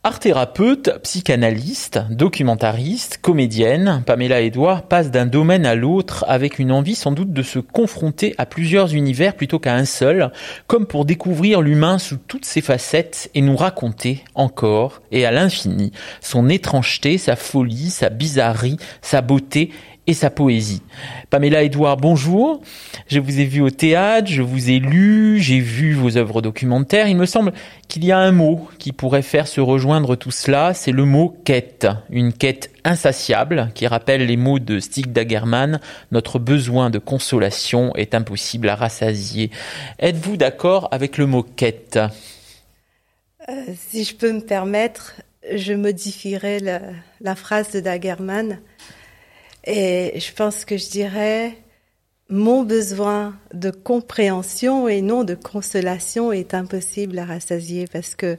Art thérapeute, psychanalyste, documentariste, comédienne, Pamela Edouard passe d'un domaine à l'autre avec une envie sans doute de se confronter à plusieurs univers plutôt qu'à un seul, comme pour découvrir l'humain sous toutes ses facettes et nous raconter encore et à l'infini son étrangeté, sa folie, sa bizarrerie, sa beauté et sa poésie. Pamela Edouard, bonjour. Je vous ai vu au théâtre, je vous ai lu, j'ai vu vos œuvres documentaires. Il me semble qu'il y a un mot qui pourrait faire se rejoindre tout cela, c'est le mot quête. Une quête insatiable qui rappelle les mots de Stig Dagerman, notre besoin de consolation est impossible à rassasier. Êtes-vous d'accord avec le mot quête ? Si je peux me permettre, je modifierai la phrase de Dagerman. Et je pense que je dirais mon besoin de compréhension et non de consolation est impossible à rassasier parce que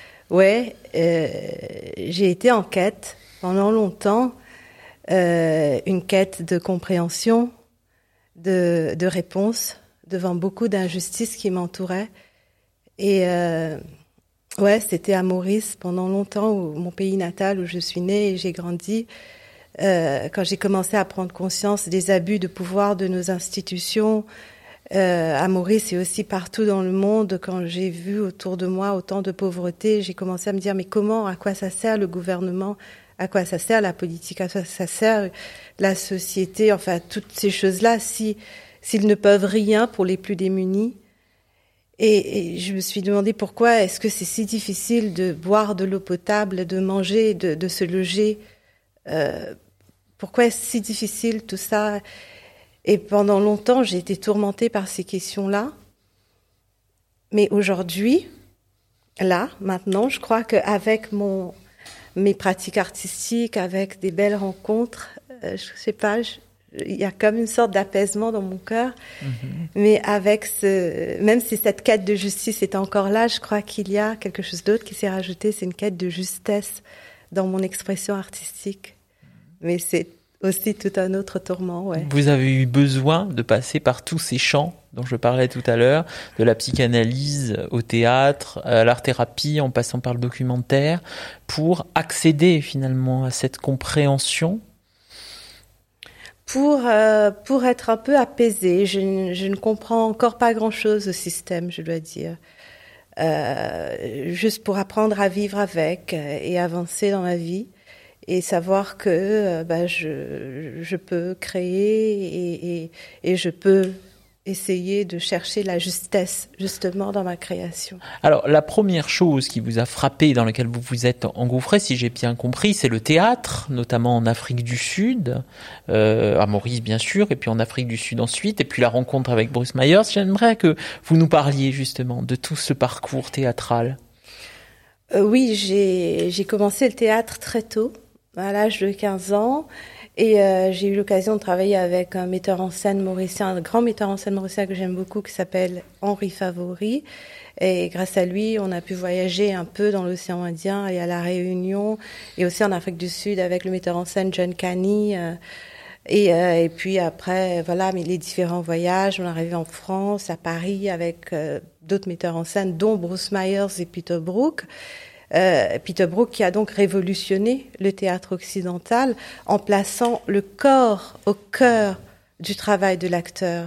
j'ai été en quête pendant longtemps, une quête de compréhension, de réponse devant beaucoup d'injustices qui m'entouraient. Et c'était à Maurice pendant longtemps, mon pays natal où je suis née et j'ai grandi. Quand j'ai commencé à prendre conscience des abus de pouvoir de nos institutions à Maurice et aussi partout dans le monde, quand j'ai vu autour de moi autant de pauvreté, j'ai commencé à me dire mais comment, à quoi ça sert le gouvernement, à quoi ça sert la politique, à quoi ça sert la société, enfin toutes ces choses-là, s'ils ne peuvent rien pour les plus démunis. Et je me suis demandé pourquoi est-ce que c'est si difficile de boire de l'eau potable, de manger, de se loger. Pourquoi est-ce si difficile tout ça? Et pendant longtemps, j'ai été tourmentée par ces questions-là. Mais aujourd'hui, maintenant, je crois qu'avec mes pratiques artistiques, avec des belles rencontres, je sais pas, il y a comme une sorte d'apaisement dans mon cœur. Mm-hmm. Mais même si cette quête de justice est encore là, je crois qu'il y a quelque chose d'autre qui s'est rajouté, c'est une quête de justesse dans mon expression artistique. Mais c'est aussi tout un autre tourment, ouais. Vous avez eu besoin de passer par tous ces champs dont je parlais tout à l'heure, de la psychanalyse au théâtre, à l'art-thérapie, en passant par le documentaire, pour accéder finalement à cette compréhension? Pour être un peu apaisée. Je ne comprends encore pas grand-chose au système, je dois dire. Juste pour apprendre à vivre avec et avancer dans ma vie. Et savoir que je peux créer et je peux essayer de chercher la justesse justement dans ma création. Alors la première chose qui vous a frappé, dans laquelle vous vous êtes engouffré, si j'ai bien compris, c'est le théâtre, notamment en Afrique du Sud, à Maurice bien sûr, et puis en Afrique du Sud ensuite, et puis la rencontre avec Bruce Myers. J'aimerais que vous nous parliez justement de tout ce parcours théâtral. Oui, j'ai commencé le théâtre très tôt, à l'âge de 15 ans, et j'ai eu l'occasion de travailler avec un metteur en scène mauricien, un grand metteur en scène mauricien que j'aime beaucoup, qui s'appelle Henri Favori. Et grâce à lui, on a pu voyager un peu dans l'océan Indien et à La Réunion, et aussi en Afrique du Sud avec le metteur en scène John Canny. Et puis après, mais les différents voyages, on est arrivé en France, à Paris, avec d'autres metteurs en scène, dont Bruce Myers et Peter Brook. Peter Brook qui a donc révolutionné le théâtre occidental en plaçant le corps au cœur du travail de l'acteur.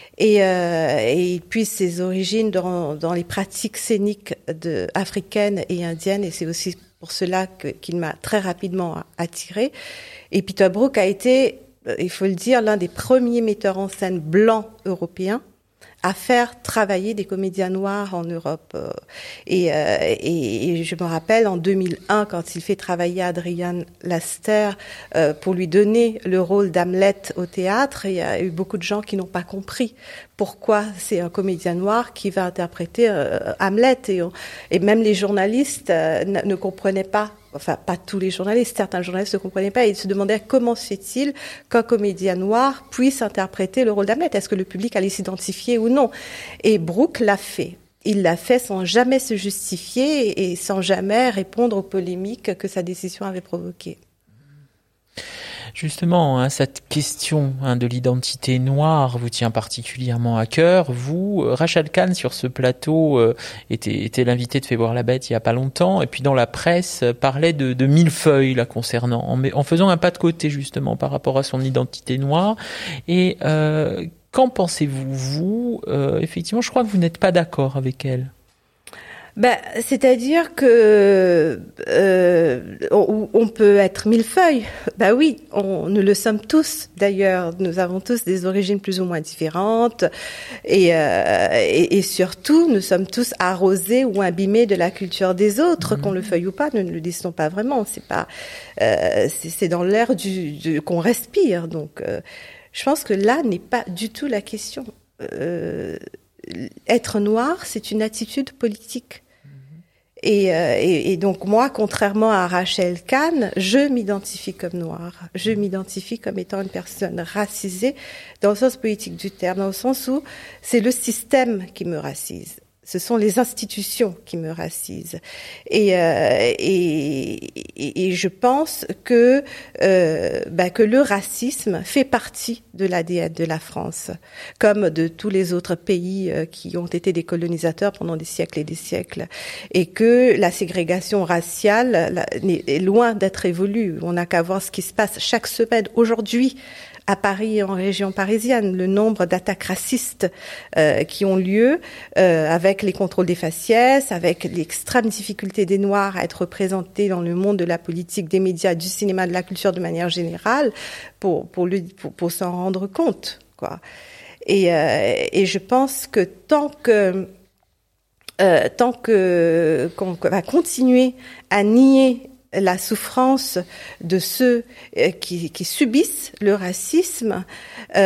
Et puis ses origines dans les pratiques scéniques africaines et indiennes, et c'est aussi pour cela qu'il m'a très rapidement attirée. Et Peter Brook a été, il faut le dire, l'un des premiers metteurs en scène blancs européens à faire travailler des comédiens noirs en Europe. Et je me rappelle en 2001, quand il fait travailler Adrian Laster pour lui donner le rôle d'Hamlet au théâtre, il y a eu beaucoup de gens qui n'ont pas compris pourquoi c'est un comédien noir qui va interpréter Hamlet. Et même les journalistes ne comprenaient pas. Enfin, pas tous les journalistes, certains journalistes ne comprenaient pas et ils se demandaient comment se fait-il qu'un comédien noir puisse interpréter le rôle d'Hamlet. Est-ce que le public allait s'identifier ou non? Et Brook l'a fait. Il l'a fait sans jamais se justifier et sans jamais répondre aux polémiques que sa décision avait provoquées. Justement, cette question de l'identité noire vous tient particulièrement à cœur. Vous, Rachel Kahn, sur ce plateau, était l'invité de Fais voir la bête il y a pas longtemps, et puis dans la presse parlait de millefeuilles là concernant, en faisant un pas de côté justement par rapport à son identité noire. Et qu'en pensez-vous, vous effectivement, je crois que vous n'êtes pas d'accord avec elle. C'est-à-dire que on peut être millefeuille. Oui, nous le sommes tous. D'ailleurs, nous avons tous des origines plus ou moins différentes, et surtout, nous sommes tous arrosés ou abîmés de la culture des autres, qu'on le veuille ou pas. Nous ne le disons pas vraiment. C'est pas, c'est dans l'air qu'on respire. Donc, je pense que là n'est pas du tout la question. Être noir, c'est une attitude politique. Et donc moi, contrairement à Rachel Kahn, je m'identifie comme noire. Je m'identifie comme étant une personne racisée dans le sens politique du terme, dans le sens où c'est le système qui me racise. Ce sont les institutions qui me racisent. Et je pense que le racisme fait partie de l'ADN de la France, comme de tous les autres pays qui ont été des colonisateurs pendant des siècles et des siècles. Et que la ségrégation raciale est loin d'être évolue. On n'a qu'à voir ce qui se passe chaque semaine aujourd'hui à Paris et en région parisienne, le nombre d'attaques racistes qui ont lieu avec les contrôles des faciès, avec l'extrême difficulté des Noirs à être représentés dans le monde de la politique, des médias, du cinéma, de la culture de manière générale, pour s'en rendre compte, quoi. Et je pense que tant qu'on va continuer à nier la souffrance de ceux qui subissent le racisme, on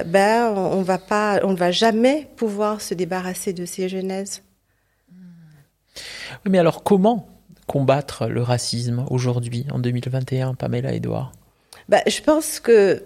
ne va jamais pouvoir se débarrasser de ces genèses. Oui, mais alors comment combattre le racisme aujourd'hui, en 2021, Pamela Edouard? Je pense que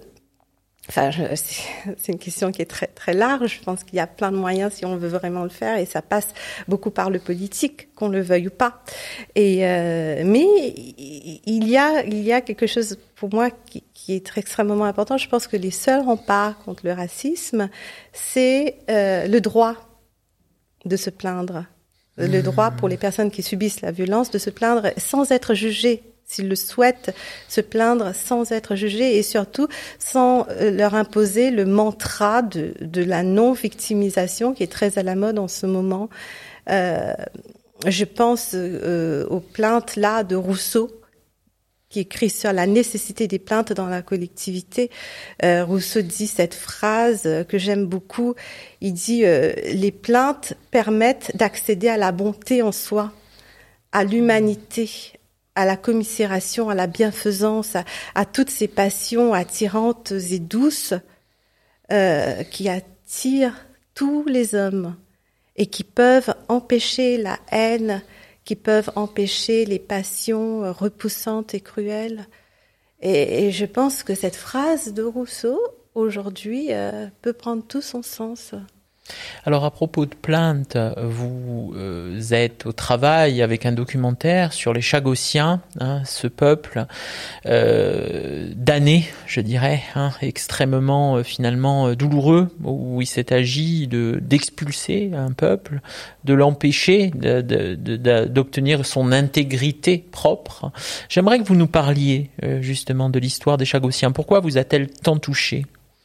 c'est une question qui est très très large. Je pense qu'il y a plein de moyens si on veut vraiment le faire, et ça passe beaucoup par le politique, qu'on le veuille ou pas. Mais il y a quelque chose pour moi qui est extrêmement important. Je pense que les seuls remparts contre le racisme, c'est le droit de se plaindre, le droit pour les personnes qui subissent la violence de se plaindre sans être jugées. S'ils le souhaitent, se plaindre sans être jugés, et surtout sans leur imposer le mantra de la non-victimisation qui est très à la mode en ce moment. Je pense aux plaintes là de Rousseau, qui écrit sur la nécessité des plaintes dans la collectivité. Rousseau dit cette phrase que j'aime beaucoup. Il dit les plaintes permettent d'accéder à la bonté en soi, à l'humanité, à la commisération, à la bienfaisance, à toutes ces passions attirantes et douces qui attirent tous les hommes et qui peuvent empêcher la haine, qui peuvent empêcher les passions repoussantes et cruelles. Et je pense que cette phrase de Rousseau, aujourd'hui, peut prendre tout son sens. Alors à propos de plaintes, vous êtes au travail avec un documentaire sur les Chagossiens, ce peuple damné, je dirais, extrêmement finalement douloureux, où il s'est agi d'expulser un peuple, de l'empêcher d'obtenir son intégrité propre. J'aimerais que vous nous parliez justement de l'histoire des Chagossiens. Pourquoi vous a-t-elle tant touché?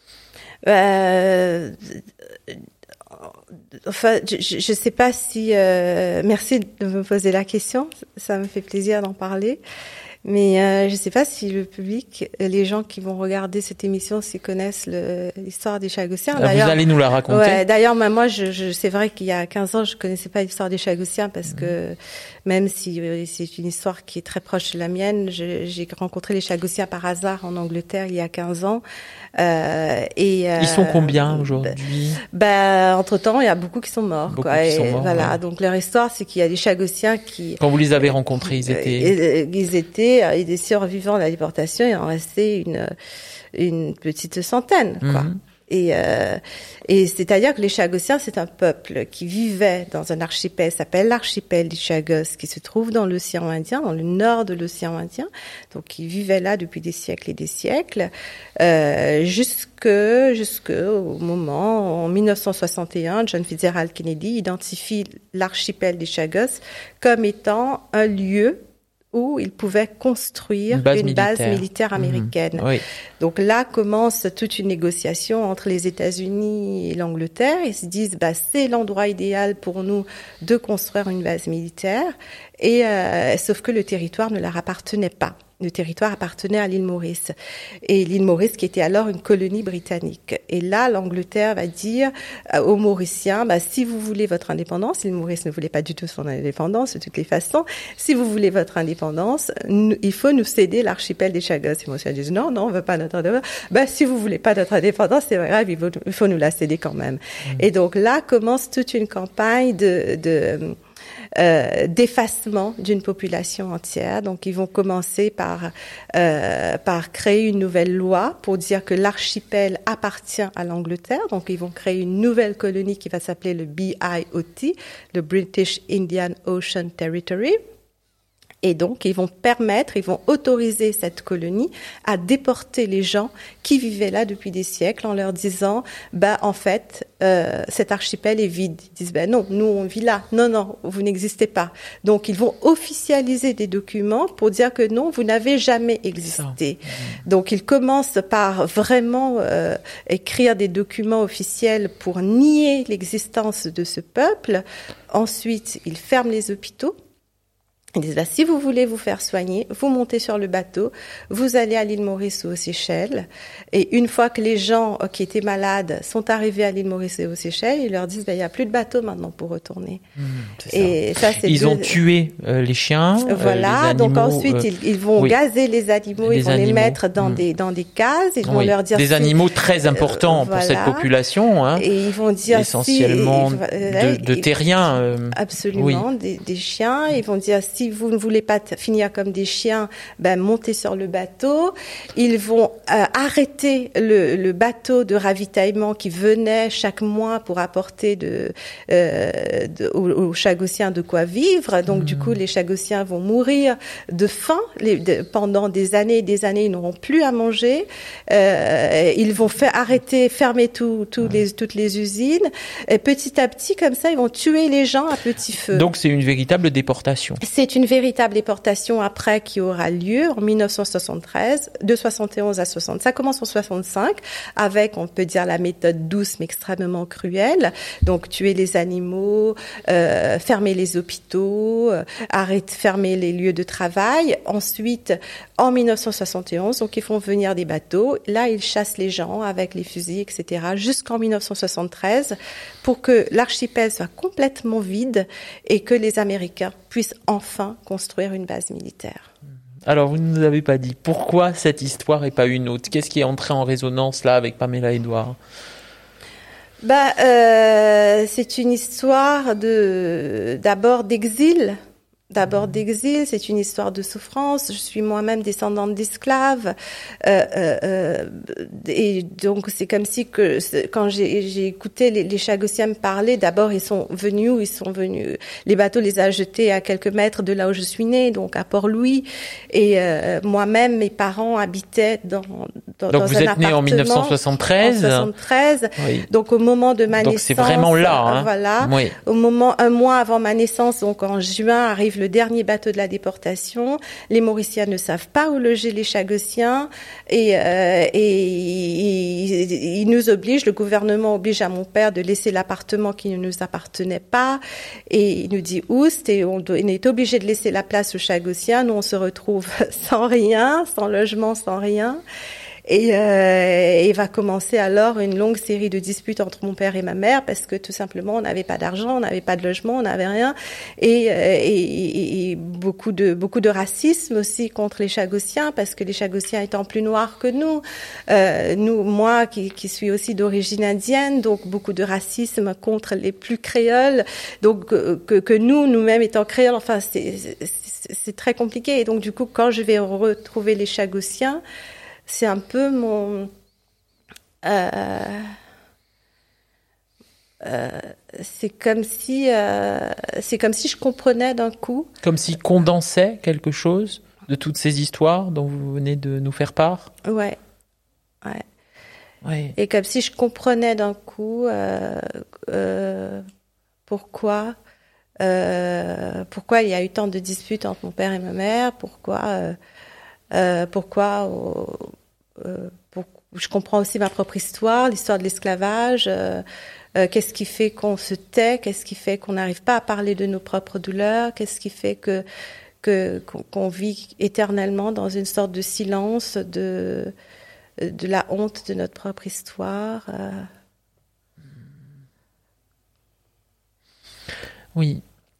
Enfin, je sais pas si... merci de me poser la question, ça me fait plaisir d'en parler. Mais je sais pas si le public, les gens qui vont regarder cette émission, s'ils connaissent l'histoire des Chagossiens. Vous allez nous la raconter. Ouais, d'ailleurs, moi, c'est vrai qu'il y a 15 ans, je connaissais pas l'histoire des Chagossiens parce que même si c'est une histoire qui est très proche de la mienne, j'ai rencontré les Chagossiens par hasard en Angleterre il y a 15 ans. Ils sont combien aujourd'hui? Entre-temps, il y a beaucoup qui sont morts. Beaucoup qui sont morts, voilà. Ouais. Donc leur histoire, c'est qu'il y a des Chagossiens qui... Quand vous les avez rencontrés, ils étaient des survivants de la déportation, il en restait une petite centaine, quoi. Et c'est-à-dire que les Chagossiens, c'est un peuple qui vivait dans un archipel, s'appelle l'archipel des Chagos, qui se trouve dans l'océan Indien, dans le nord de l'océan Indien. Donc, qui vivait là depuis des siècles et des siècles, jusqu'au moment, en 1961, John Fitzgerald Kennedy identifie l'archipel des Chagos comme étant un lieu où ils pouvaient construire une base militaire américaine. Oui. Donc là commence toute une négociation entre les États-Unis et l'Angleterre. Ils se disent, c'est l'endroit idéal pour nous de construire une base militaire. Et sauf que le territoire ne leur appartenait pas. Le territoire appartenait à l'île Maurice. Et l'île Maurice qui était alors une colonie britannique. Et là, l'Angleterre va dire aux Mauriciens, si vous voulez votre indépendance, l'île Maurice ne voulait pas du tout son indépendance de toutes les façons, si vous voulez votre indépendance, il faut nous céder l'archipel des Chagos. Les Mauriciens disent non, on veut pas notre indépendance. Si vous voulez pas notre indépendance, c'est pas grave, il faut nous la céder quand même. Et donc là commence toute une campagne d'effacement d'une population entière. Donc, ils vont commencer par créer une nouvelle loi pour dire que l'archipel appartient à l'Angleterre. Donc, ils vont créer une nouvelle colonie qui va s'appeler le BIOT, le British Indian Ocean Territory. Et donc, ils vont autoriser cette colonie à déporter les gens qui vivaient là depuis des siècles en leur disant, en fait, cet archipel est vide. Ils disent, non, nous, on vit là. Non, vous n'existez pas. Donc, ils vont officialiser des documents pour dire que non, vous n'avez jamais existé. Donc, ils commencent par vraiment écrire des documents officiels pour nier l'existence de ce peuple. Ensuite, ils ferment les hôpitaux. Ils disent, si vous voulez vous faire soigner, vous montez sur le bateau, vous allez à l'île Maurice ou aux Seychelles. Et une fois que les gens qui étaient malades sont arrivés à l'île Maurice et aux Seychelles, ils leur disent, il n'y a plus de bateau maintenant pour retourner. Et ça, ils ont tué les chiens, voilà, les animaux, donc ensuite, ils vont gazer les animaux, ils vont les mettre dans des cases, ils vont leur dire... Des animaux très importants pour cette population, hein, et ils vont dire... Essentiellement de terriens. Absolument, des chiens. Ils vont dire, si vous ne voulez pas finir comme des chiens, montez sur le bateau. Ils vont arrêter le bateau de ravitaillement qui venait chaque mois pour apporter aux Chagossiens de quoi vivre. Donc du coup, les Chagossiens vont mourir de faim pendant des années et des années. Ils n'auront plus à manger. Ils vont fermer toutes les usines. Et petit à petit, comme ça, ils vont tuer les gens à petit feu. Donc c'est une véritable déportation. C'est une véritable déportation après qui aura lieu en 1973, de 71 à 60. Ça commence en 65 avec, on peut dire, la méthode douce mais extrêmement cruelle. Donc, tuer les animaux, fermer les hôpitaux, fermer les lieux de travail. Ensuite, en 1971, donc ils font venir des bateaux. Là, ils chassent les gens avec les fusils, etc. jusqu'en 1973 pour que l'archipel soit complètement vide et que les Américains puissent enfin construire une base militaire. Alors, vous ne nous avez pas dit pourquoi cette histoire et pas une autre. Qu'est-ce qui est entré en résonance là avec Pamela Edouard ? C'est une histoire d'abord d'exil. C'est une histoire de souffrance. Je suis moi-même descendante d'esclaves, et donc c'est comme si quand j'ai écouté les Chagossiens me parler, d'abord ils sont venus, les bateaux les a jetés à quelques mètres de là où je suis née, donc à Port-Louis, et moi-même mes parents habitaient dans donc un vous êtes née en 1973. Oui. Donc au moment de ma naissance. Donc c'est vraiment là, hein. Voilà. Oui. Au moment, un mois avant ma naissance, donc en juin, arrive le dernier bateau de la déportation. Les Mauriciens ne savent pas où loger les Chagossiens et ils nous obligent, le gouvernement oblige à mon père de laisser l'appartement qui ne nous appartenait pas et il nous dit oust et on est obligé de laisser la place aux Chagossiens. Nous on se retrouve sans rien, sans logement, sans rien. Et va commencer alors une longue série de disputes entre mon père et ma mère parce que tout simplement on n'avait pas d'argent, on n'avait pas de logement, on n'avait rien et beaucoup de racisme aussi contre les Chagossiens parce que les Chagossiens étant plus noirs que nous, moi qui suis aussi d'origine indienne, donc beaucoup de racisme contre les plus créoles, donc que nous-mêmes étant créoles, enfin c'est très compliqué et donc du coup quand je vais retrouver les Chagossiens, c'est un peu c'est comme si je comprenais d'un coup. Comme s'il condensait quelque chose de toutes ces histoires dont vous venez de nous faire part. Ouais. Et comme si je comprenais d'un coup pourquoi il y a eu tant de disputes entre mon père et ma mère, pourquoi je comprends aussi ma propre histoire, l'histoire de l'esclavage, qu'est-ce qui fait qu'on se tait, qu'est-ce qui fait qu'on n'arrive pas à parler de nos propres douleurs, qu'est-ce qui fait qu'on vit éternellement dans une sorte de silence de la honte de notre propre histoire. Oui.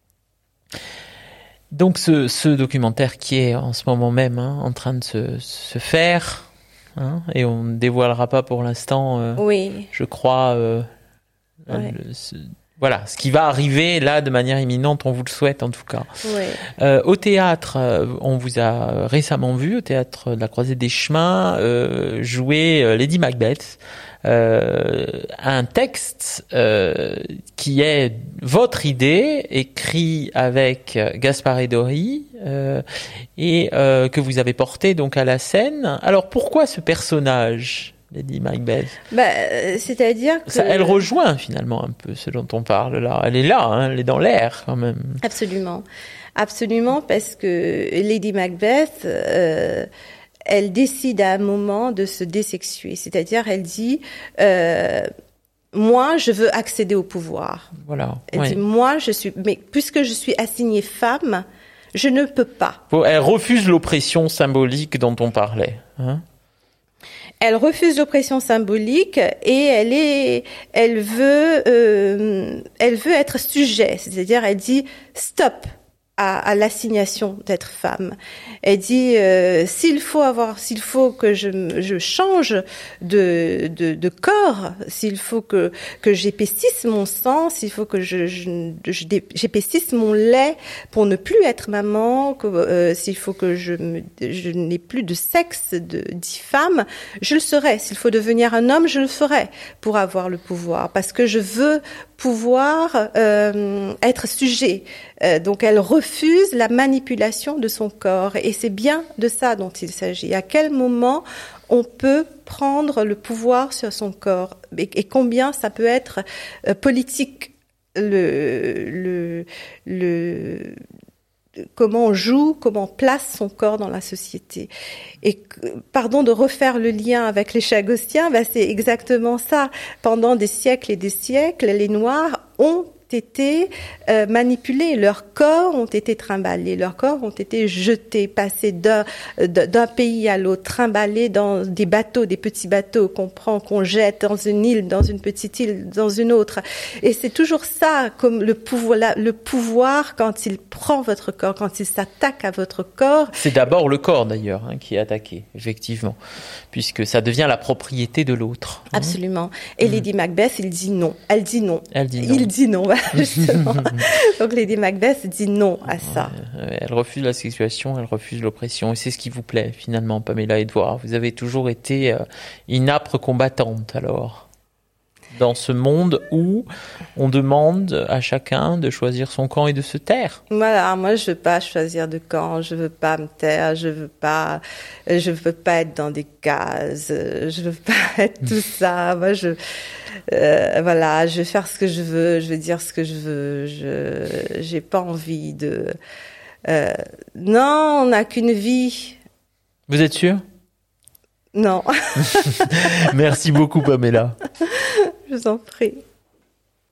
Donc ce documentaire qui est en ce moment même en train de se faire, et on ne dévoilera pas pour l'instant, oui. Je crois, voilà, ce qui va arriver là de manière imminente, on vous le souhaite en tout cas. Oui. Au théâtre, on vous a récemment vu, au théâtre de la Croisée des Chemins, jouer Lady Macbeth. Un texte qui est votre idée, écrit avec Gaspard Edori, et que vous avez porté donc à la scène. Alors pourquoi ce personnage, Lady Macbeth? C'est-à-dire que... elle rejoint finalement un peu ce dont on parle là. Elle est là, elle est dans l'air quand même. Absolument. Absolument, parce que Lady Macbeth... elle décide à un moment de se désexuer. C'est-à-dire, elle dit, moi, je veux accéder au pouvoir. Voilà. Elle dit, mais puisque je suis assignée femme, je ne peux pas. Elle refuse l'oppression symbolique dont on parlait. Elle refuse l'oppression symbolique et elle veut être sujet. C'est-à-dire, elle dit, stop à l'assignation d'être femme. Elle dit s'il faut que je change de corps, s'il faut que j'épaississe mon sang, s'il faut que j'épaississe mon lait pour ne plus être maman, s'il faut que je n'ai plus de sexe dit femme, je le serai. S'il faut devenir un homme, je le ferai pour avoir le pouvoir, parce que je veux pouvoir être sujet. Donc elle refuse la manipulation de son corps, et c'est bien de ça dont il s'agit. À quel moment on peut prendre le pouvoir sur son corps, et combien ça peut être politique, comment on joue, comment on place son corps dans la société. Et pardon de refaire le lien avec les Chagossiens, c'est exactement ça. Pendant des siècles et des siècles, les Noirs ont été manipulés, leurs corps ont été trimballés, leurs corps ont été jetés, passés d'un pays à l'autre, trimballés dans des bateaux, des petits bateaux qu'on prend, qu'on jette dans une île, dans une petite île, dans une autre. Et c'est toujours ça, comme le pouvoir quand il prend votre corps, quand il s'attaque à votre corps. C'est d'abord le corps d'ailleurs qui est attaqué, effectivement, puisque ça devient la propriété de l'autre. Absolument. Et Lady Macbeth, il dit non. Elle dit non. Elle dit non. Il dit non. Justement. Donc Lady Macbeth dit non à ça. Elle refuse la sexuation, elle refuse l'oppression, et c'est ce qui vous plaît finalement, Pamela Edouard. Vous avez toujours été une âpre combattante alors, dans ce monde où on demande à chacun de choisir son camp et de se taire. Voilà, moi je veux pas choisir de camp, je veux pas me taire, je veux pas être dans des cases, je veux pas être tout ça. Moi voilà, je vais faire ce que je veux, je vais dire ce que je veux. J'ai pas envie de. Non, on n'a qu'une vie. Vous êtes sûre? Non. Merci beaucoup, Pamela. Je vous en prie.